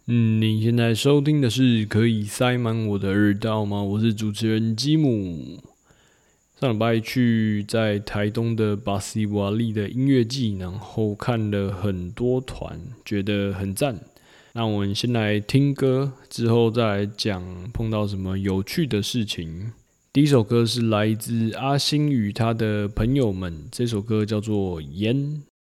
你现在收听的是可以塞满我的耳道吗？我是主持人吉姆。上礼拜去在台东的巴西瓦利的音乐季，然后看了很多团，觉得很赞。那我们先来听歌，之后再来讲碰到什么有趣的事情。第一首歌是来自阿星与他的朋友们，这首歌叫做《烟》。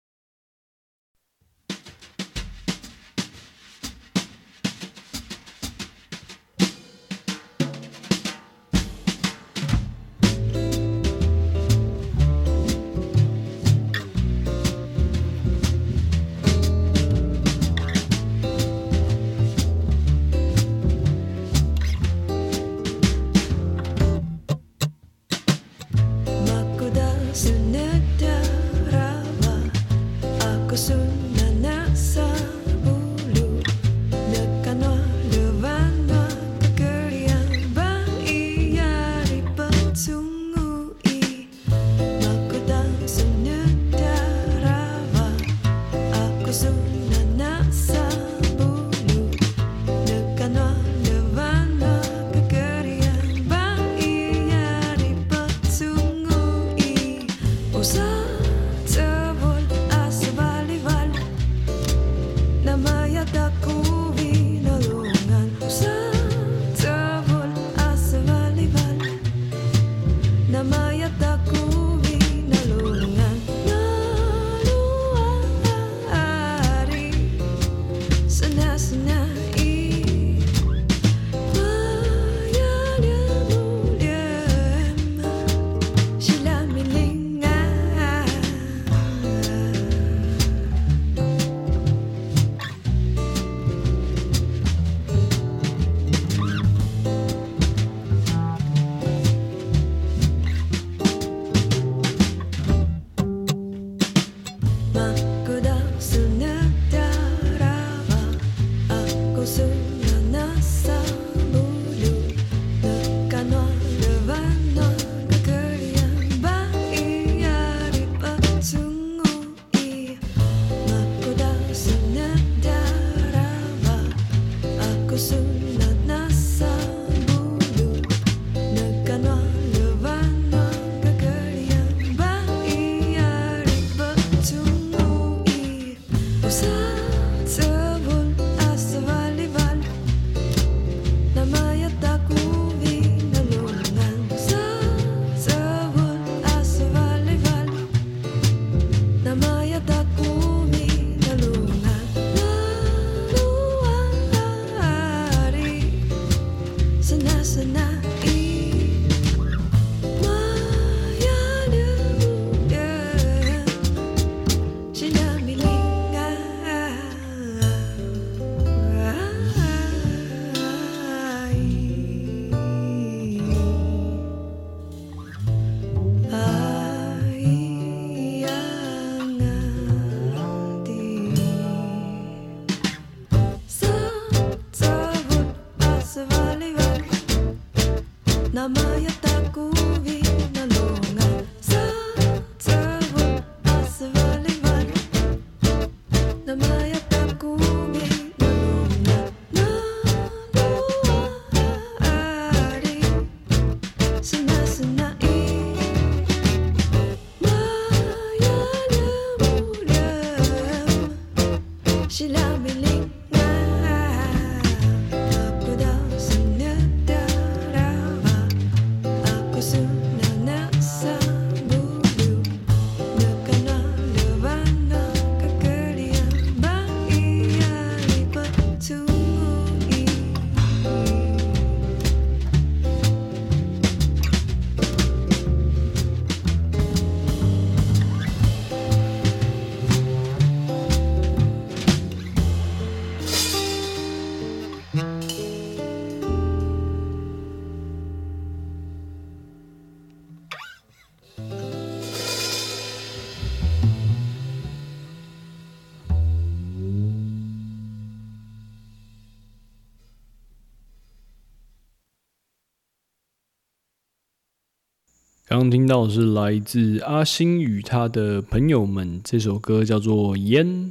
刚刚听到的是来自阿星与他的朋友们，这首歌叫做《烟》。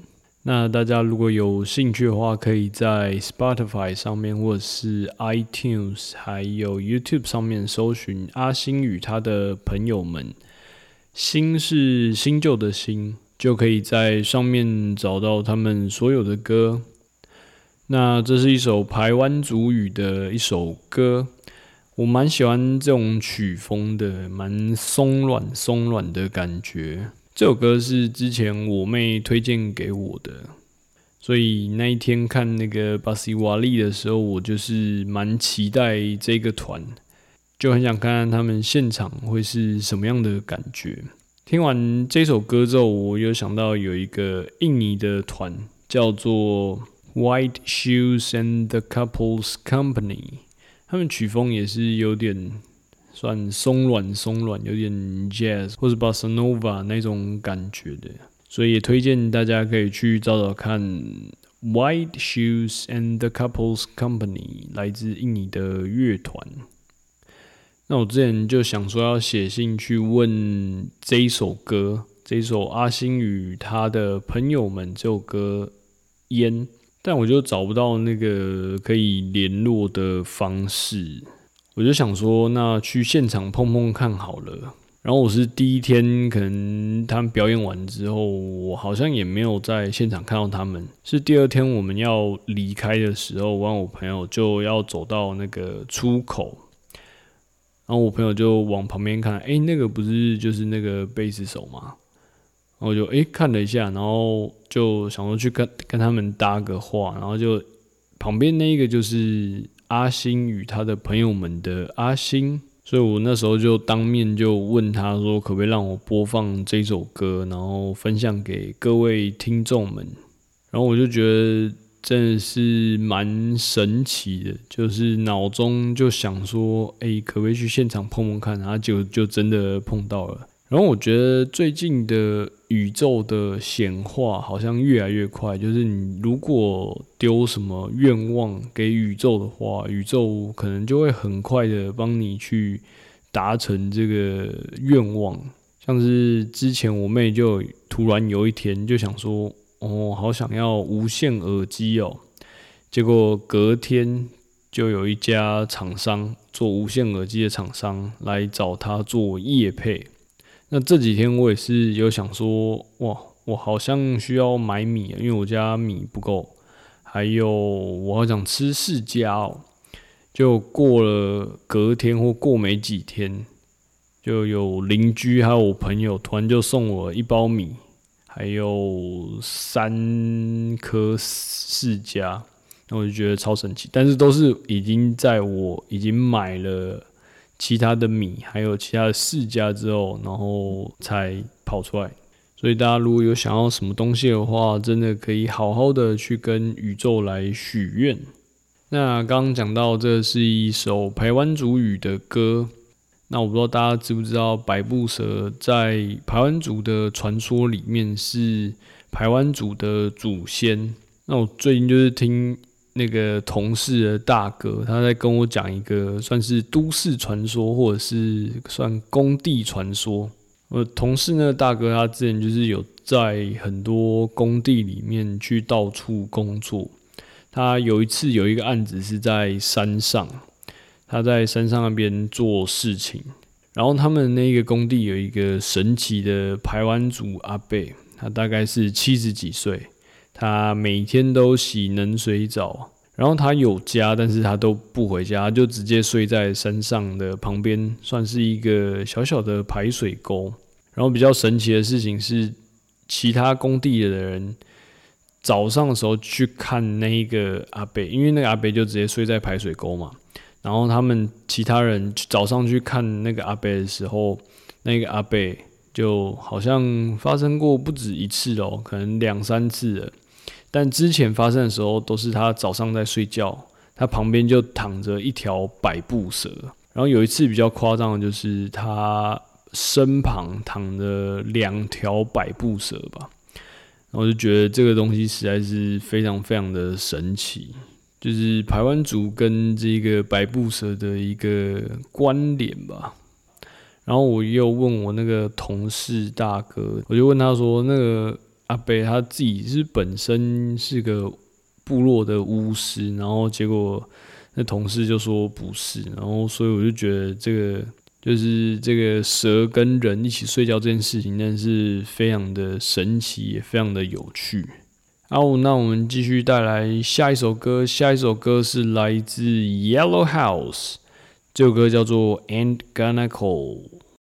那大家如果有兴趣的话，可以在 Spotify 上面，或者是 iTunes， 还有 YouTube 上面搜寻阿星与他的朋友们。新是新旧的新，就可以在上面找到他们所有的歌。那这是一首排湾族语的一首歌，我蛮喜欢这种曲风的，蛮松软的感觉。这首歌是之前我妹推荐给我的，所以那一天看那个巴西瓦利的时候，我就是蛮期待这个团，就很想看看他们现场会是什么样的感觉。听完这首歌之后，我有想到有一个印尼的团叫做 White Shoes and the Couples Company， 他们曲风也是有点算松软，有点 jazz 或是 bossa nova 那种感觉的，所以也推荐大家可以去找找看 White Shoes and the Couples Company， 来自印尼的乐团。那我之前就想说要写信去问这一首歌，这一首阿星与他的朋友们这首歌烟，但我就找不到那个可以联络的方式。我就想说，那去现场碰碰看好了。然后我是第一天，可能他们表演完之后，我好像也没有在现场看到他们。是第二天我们要离开的时候，我朋友就要走到那个出口，然后我朋友就往旁边看，那个不是就是那个贝斯手吗？然后我就看了一下，然后就想说去跟他们搭个话，然后就旁边那一个就是阿星与他的朋友们的阿星，所以我那时候就当面就问他说，可不可以让我播放这首歌，然后分享给各位听众们。然后我就觉得真的是蛮神奇的，就是脑中就想说，可不可以去现场碰碰看，然后就真的碰到了。然后我觉得最近的宇宙的显化好像越来越快，就是你如果丢什么愿望给宇宙的话，宇宙可能就会很快的帮你去达成这个愿望。像是之前我妹就突然有一天就想说，好想要无线耳机哦，结果隔天就有一家厂商做无线耳机的厂商来找他做业配。那这几天我也是有想说，我好像需要买米，因为我家米不够，还有我好想吃释迦哦。就过了隔天或过没几天，就有邻居还有我朋友突然就送我1包米，还有3颗释迦，那我就觉得超神奇。但是都是已经在我已经买了其他的米还有其他的释迦之后，然后才跑出来。所以大家如果有想要什么东西的话，真的可以好好的去跟宇宙来许愿。那刚刚讲到这是一首排湾族语的歌，那我不知道大家知不知道百步蛇在排湾族的传说里面是排湾族的祖先。那我最近就是听那个同事的大哥，他在跟我讲一个算是都市传说，或者是算工地传说。我同事那个大哥，他之前就是有在很多工地里面去到处工作。他有一次有一个案子是在山上，他在山上那边做事情，然后他们那个工地有一个神奇的排湾族阿伯，他大概是70几岁。他每天都洗冷水澡，然后他有家，但是他都不回家，他就直接睡在山上的旁边，算是一个小小的排水沟。然后比较神奇的事情是，其他工地的人早上的时候去看那个阿伯，因为那个阿伯就直接睡在排水沟嘛。然后他们其他人早上去看那个阿伯的时候，那个阿伯就好像发生过不止一次哦，可能2、3次了。但之前发生的时候，都是他早上在睡觉，他旁边就躺着一条百步蛇。然后有一次比较夸张的就是，他身旁躺着2条百步蛇吧。然后我就觉得这个东西实在是非常非常的神奇，就是排湾族跟这个百步蛇的一个关联吧。然后我又问我那个同事大哥，我就问他说，那个阿伯他自己是本身是个部落的巫师，然后结果那同事就说不是，然后所以我就觉得这个蛇跟人一起睡觉这件事情，真的是非常的神奇，也非常的有趣。好，那我们继续带来下一首歌，下一首歌是来自 Yellow House， 这首歌叫做 Ain't Gonna Call。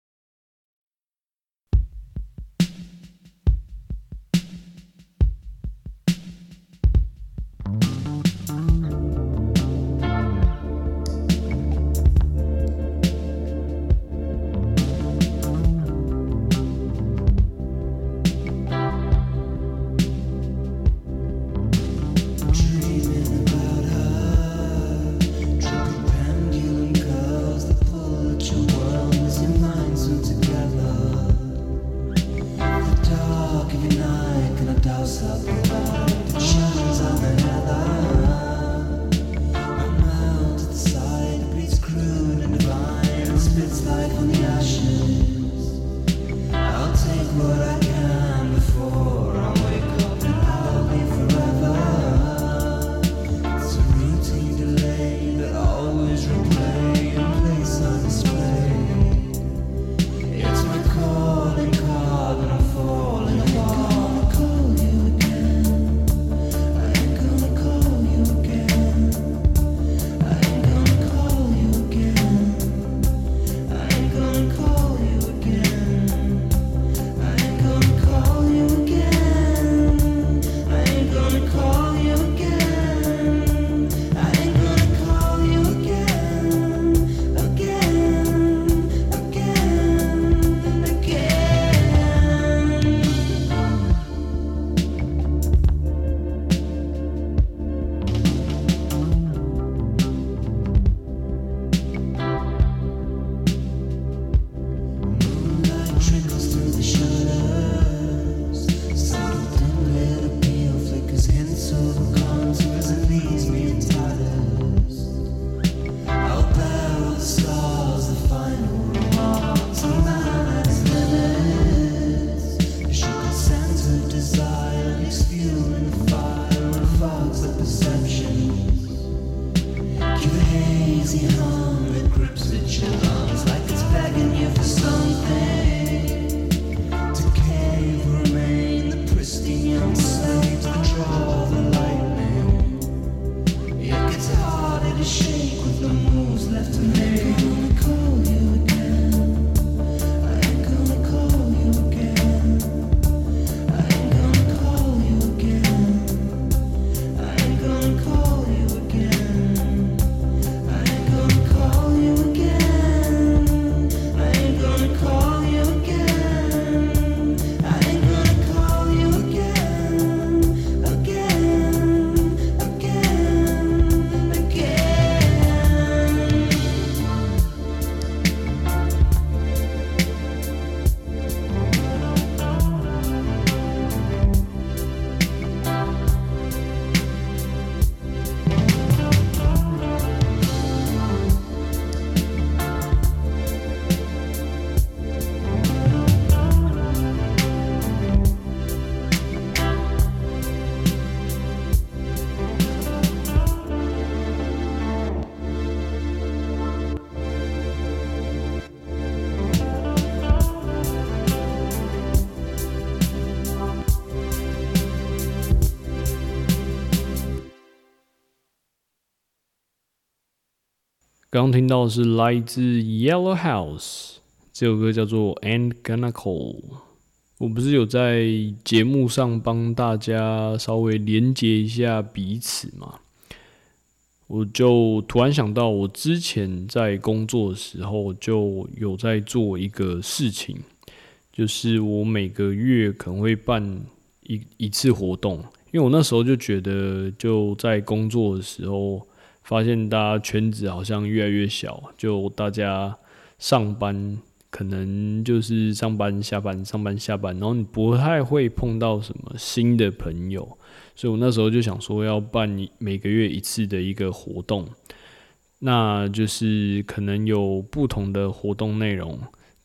刚听到的是来自 Yellow House， 这首歌叫做 Ain't Gonna Call。我不是有在节目上帮大家稍微连结一下彼此嘛？我就突然想到，我之前在工作的时候就有在做一个事情，就是我每个月可能会办一次活动，因为我那时候就觉得，就在工作的时候，发现大家圈子好像越来越小，就大家上班可能就是上班下班，上班下班，然后你不太会碰到什么新的朋友，所以我那时候就想说要办每个月一次的一个活动，那就是可能有不同的活动内容。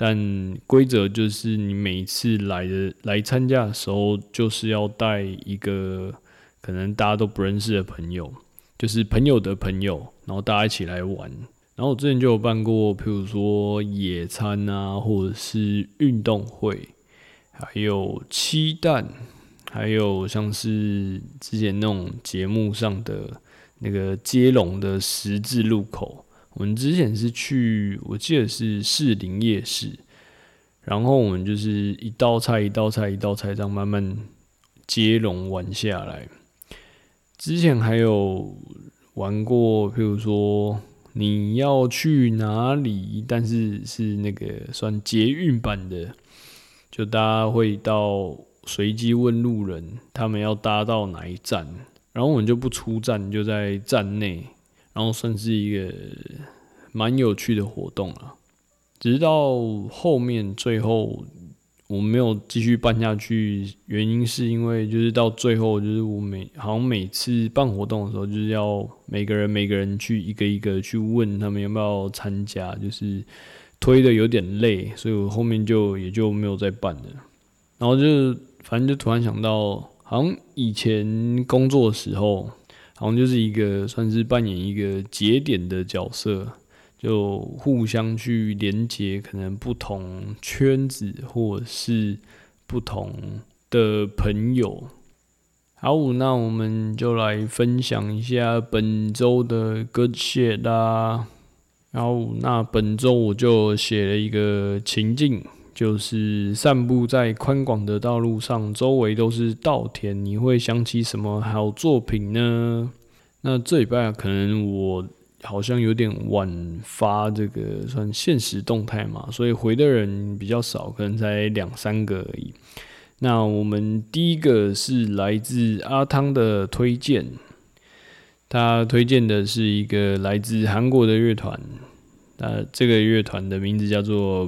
但规则就是你每一次来参加的时候，就是要带一个可能大家都不认识的朋友，就是朋友的朋友，然后大家一起来玩。然后我之前就有办过，譬如说野餐啊，或者是运动会，还有漆弹，还有像是之前那种节目上的那个接龙的十字路口。我们之前是去，我记得是士林夜市，然后我们就是一道菜一道菜一道菜这样慢慢接龙玩下来。之前还有玩过，譬如说你要去哪里，但是是那个算捷运版的，就大家会到随机问路人，他们要搭到哪一站，然后我们就不出站，就在站内。然后算是一个蛮有趣的活动啦，直到后面最后我没有继续办下去，原因是因为就是到最后就是好像每次办活动的时候，就是要每个人去一个一个去问他们要不要参加，就是推的有点累，所以我后面也就没有再办了。然后反正就突然想到，好像以前工作的时候。好像就是一个算是扮演一个节点的角色，就互相去连接可能不同圈子或者是不同的朋友。好，那我们就来分享一下本周的 good shit 啦。然后那本周我就写了一个情境，就是散步在宽广的道路上，周围都是稻田，你会想起什么好作品呢？那这礼拜可能我好像有点晚发这个算现实动态嘛，所以回的人比较少，可能才2-3个而已。那我们第一个是来自阿汤的推荐，他推荐的是一个来自韩国的乐团，这个乐团的名字叫做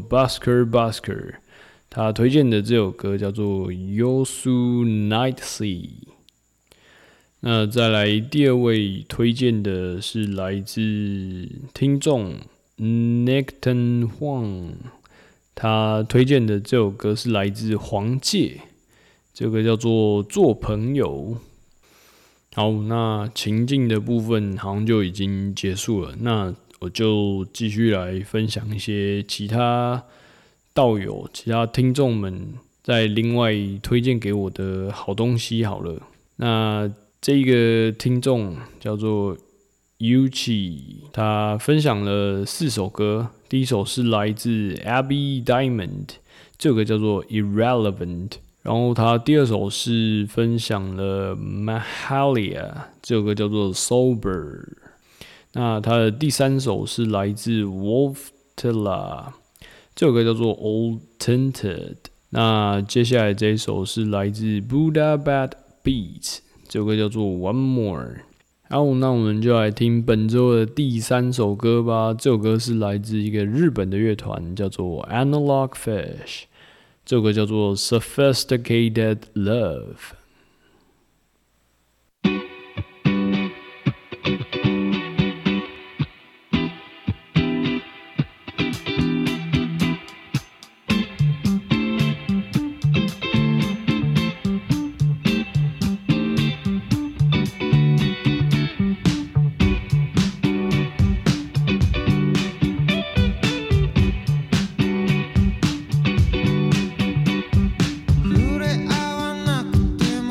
Busker， 他推荐的这首歌叫做 Yosu Night Sea。那再来第二位推荐的是来自听众 Nickton Huang， 他推荐的这首歌是来自黄介，这个叫做做朋友。好，那情境的部分好像就已经结束了，那我就继续来分享一些其他道友、其他听众们在另外推荐给我的好东西好了。那这个听众叫做 Yuchi， 他分享了4首歌。第一首是来自 Abby Diamond， 这首歌叫做 Irrelevant。然后他第二首是分享了 Mahalia， 这首歌叫做 Sober。那他的第3首是来自 Wolftella， 这首歌叫做 Old Tinted。那接下来这一首是来自 Buddha Bad Beats，这首歌叫做 One More。 好，那我们就来听本周的第3首歌吧。这首歌是来自一个日本的乐团，叫做 Analog Fish， 这首歌叫做 Sophisticated Love。 触れ合わなくて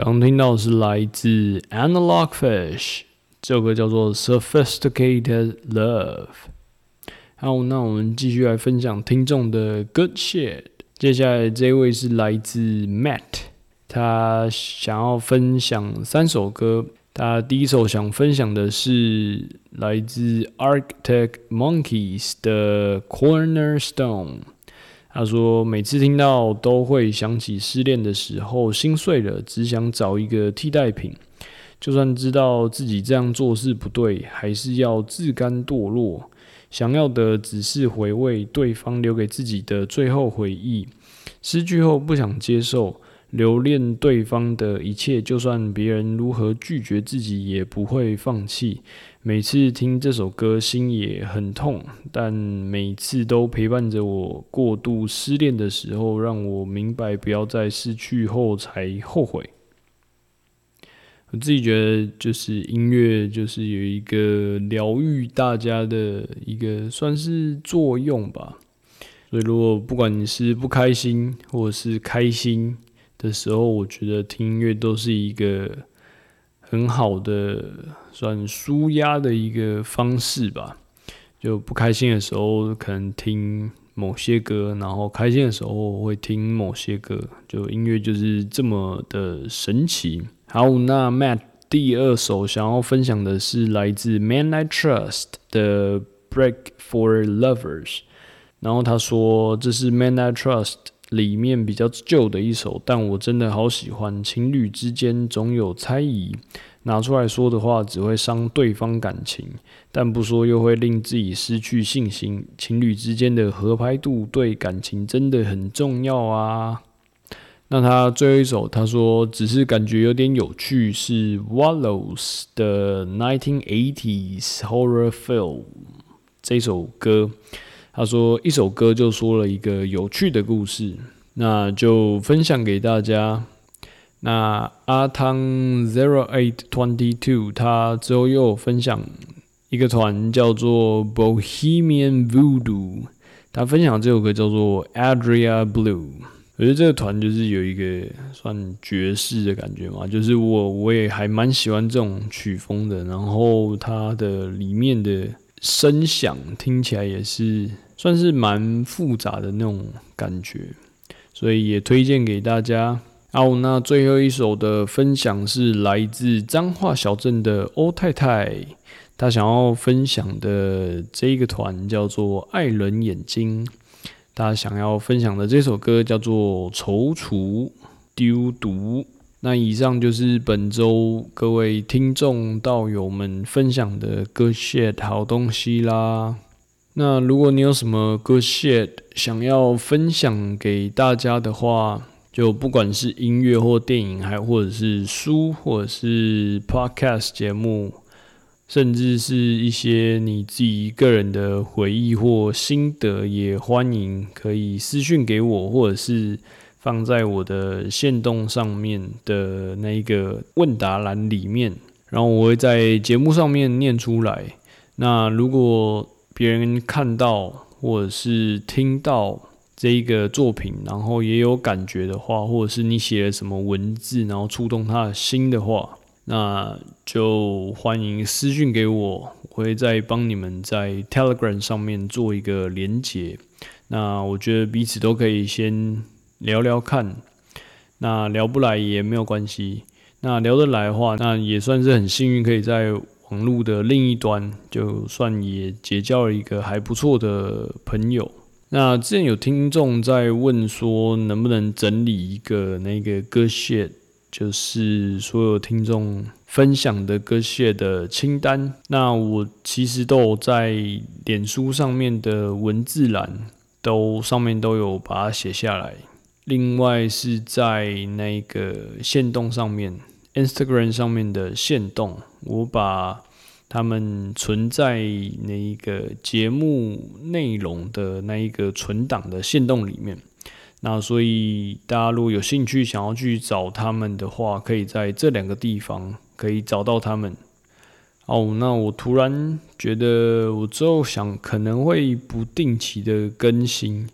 刚听到的是来自 Analog Fish， 这首歌叫做 Sophisticated Love。好，那我们继续来分享听众的 Good Shit。接下来这位是来自 Matt， 他想要分享3首歌。他第一首想分享的是来自 Arctic Monkeys 的 Cornerstone。他说每次听到都会想起失恋的时候，心碎了，只想找一个替代品。就算知道自己这样做是不对，还是要自甘堕落。想要的只是回味对方留给自己的最后回忆。失去后不想接受，留恋对方的一切，就算别人如何拒绝自己，也不会放弃。每次听这首歌，心也很痛，但每次都陪伴着我过度失恋的时候，让我明白不要在失去后才后悔。我自己觉得，就是音乐就是有一个疗愈大家的一个算是作用吧。所以如果不管你是不开心或者是开心的时候，我觉得听音乐都是一个很好的算抒压的一个方式吧。就不开心的时候可能听某些歌，然后开心的时候会听某些歌，就音乐就是这么的神奇。好，那 Matt 第2首想要分享的是来自 Man I Trust 的 Break for Lovers。然后他说这是 Man I Trust 里面比较旧的一首，但我真的好喜欢。情侣之间总有猜疑，拿出来说的话只会伤对方感情，但不说又会令自己失去信心。情侣之间的合拍度对感情真的很重要啊。那他最后一首他说只是感觉有点有趣，是 Wallows 的 1980s Horror Film 这首歌。他说一首歌就说了一个有趣的故事，那就分享给大家。那阿汤 0822 他之后又有分享一个团叫做 Bohemian Voodoo， 他分享这首歌叫做 Adria Blue。我觉得这个团就是有一个算爵士的感觉嘛，就是我也还蛮喜欢这种曲风的，然后它的里面的声响听起来也是算是蛮复杂的那种感觉，所以也推荐给大家。好，那最后一首的分享是来自彰化小镇的欧太太，她想要分享的这一个团叫做爱人眼睛，她想要分享的这首歌叫做踌躇丢毒。那以上就是本周各位听众道友们分享的 Good Shit 好东西啦。那如果你有什么 Good Shit 想要分享给大家的话，就不管是音乐或电影，还或者是书，或者是 Podcast 节目，甚至是一些你自己个人的回忆或心得，也欢迎可以私讯给我，或者是放在我的限动上面的那一个问答栏里面，然后我会在节目上面念出来。那如果别人看到或者是听到这一个作品，然后也有感觉的话，或者是你写了什么文字，然后触动他的心的话，那就欢迎私讯给我，我会再帮你们在 Telegram 上面做一个连结。那我觉得彼此都可以先聊聊看，那聊不来也没有关系，那聊得来的话，那也算是很幸运，可以在网络的另一端，就算也结交了一个还不错的朋友。那之前有听众在问说，能不能整理一个那个 Good Shit， 就是所有听众分享的 Good Shit 的清单。那我其实都有在脸书上面的文字栏上面都有把它写下来。另外是在那个限动上面 Instagram 上面的限动，我把他们存在那一个节目内容的那一个存档的限动里面。那所以大家如果有兴趣想要去找他们的话，可以在这2个地方可以找到他们。好，那我突然觉得我之后可能会不定期的更新，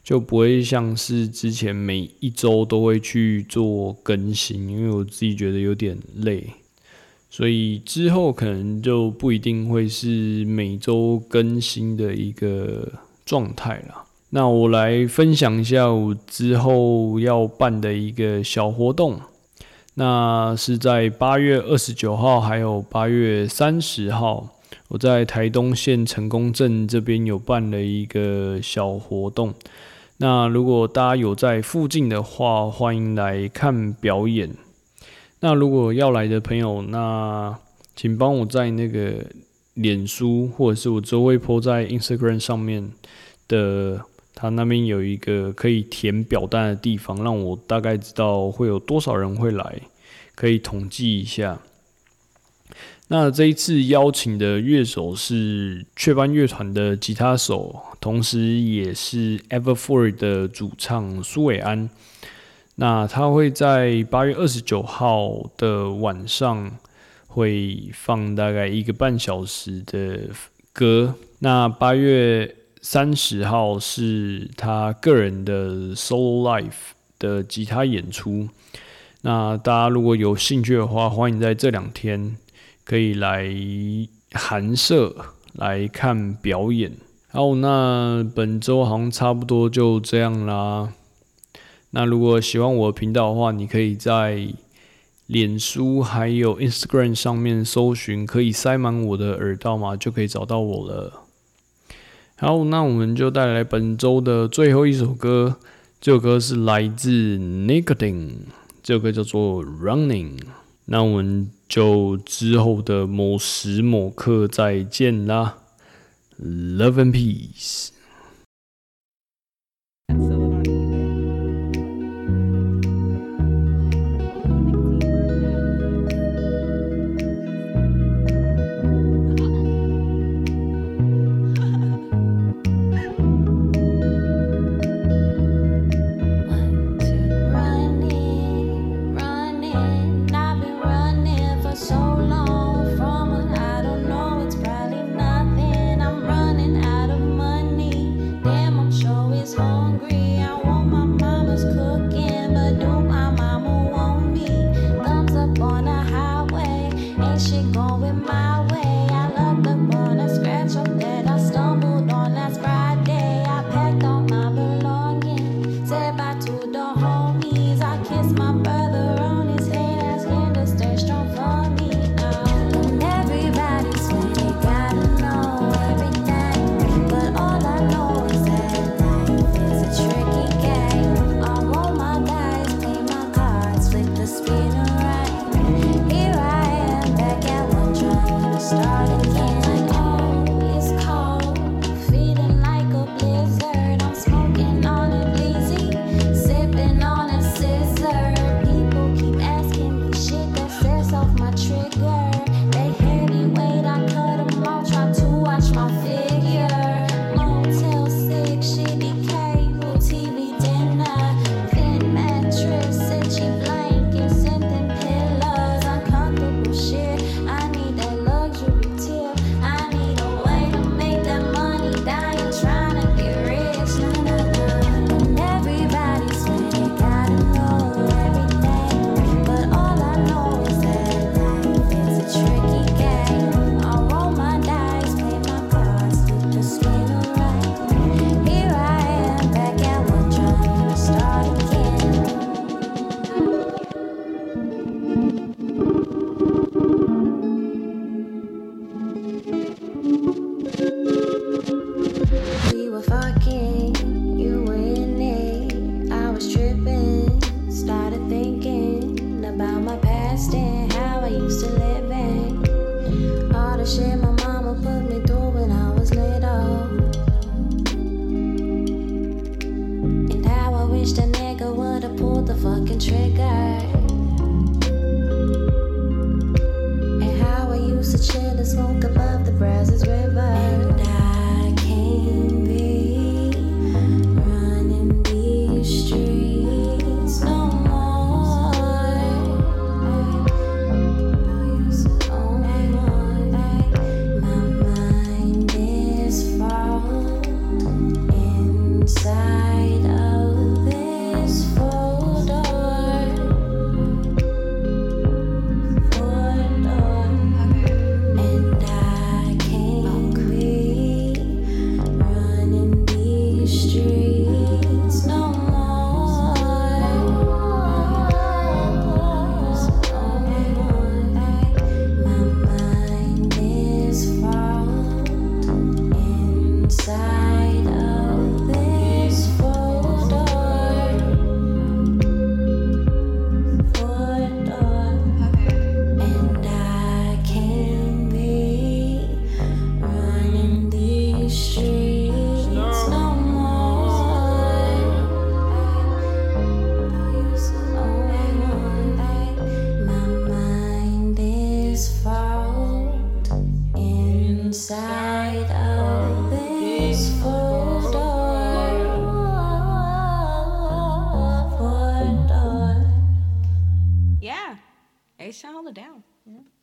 就不会像是之前每一周都会去做更新，因为我自己觉得有点累，所以之后可能就不一定会是每周更新的一个状态啦。那我来分享一下我之后要办的一个小活动，那是在8月29号还有8月30号，我在台东县成功镇这边有办了一个小活动。那如果大家有在附近的话，欢迎来看表演。那如果要来的朋友，那请帮我在那个脸书或者是我之后会 po 在 Instagram 上面的，他那边有一个可以填表单的地方，让我大概知道会有多少人会来，可以统计一下。那这一次邀请的乐手是雀斑乐团的吉他手，同时也是 Everfour 的主唱苏伟安。那他会在8月29号的晚上会放大概1个半小时的歌。那8月30号是他个人的 solo live 的吉他演出。那大家如果有兴趣的话，欢迎在这2天可以来寒舍来看表演。好，那本周好像差不多就这样啦。那如果喜欢我的频道的话，你可以在脸书还有 Instagram 上面搜寻可以塞满我的耳道嘛，就可以找到我了。好，那我们就带来本周的最后一首歌，这首歌是来自 Nicotine， 这首歌叫做 Running。那我们就之后的某时某刻再见啦 ，Love and Peace。 Inside sound held it down. Yeah.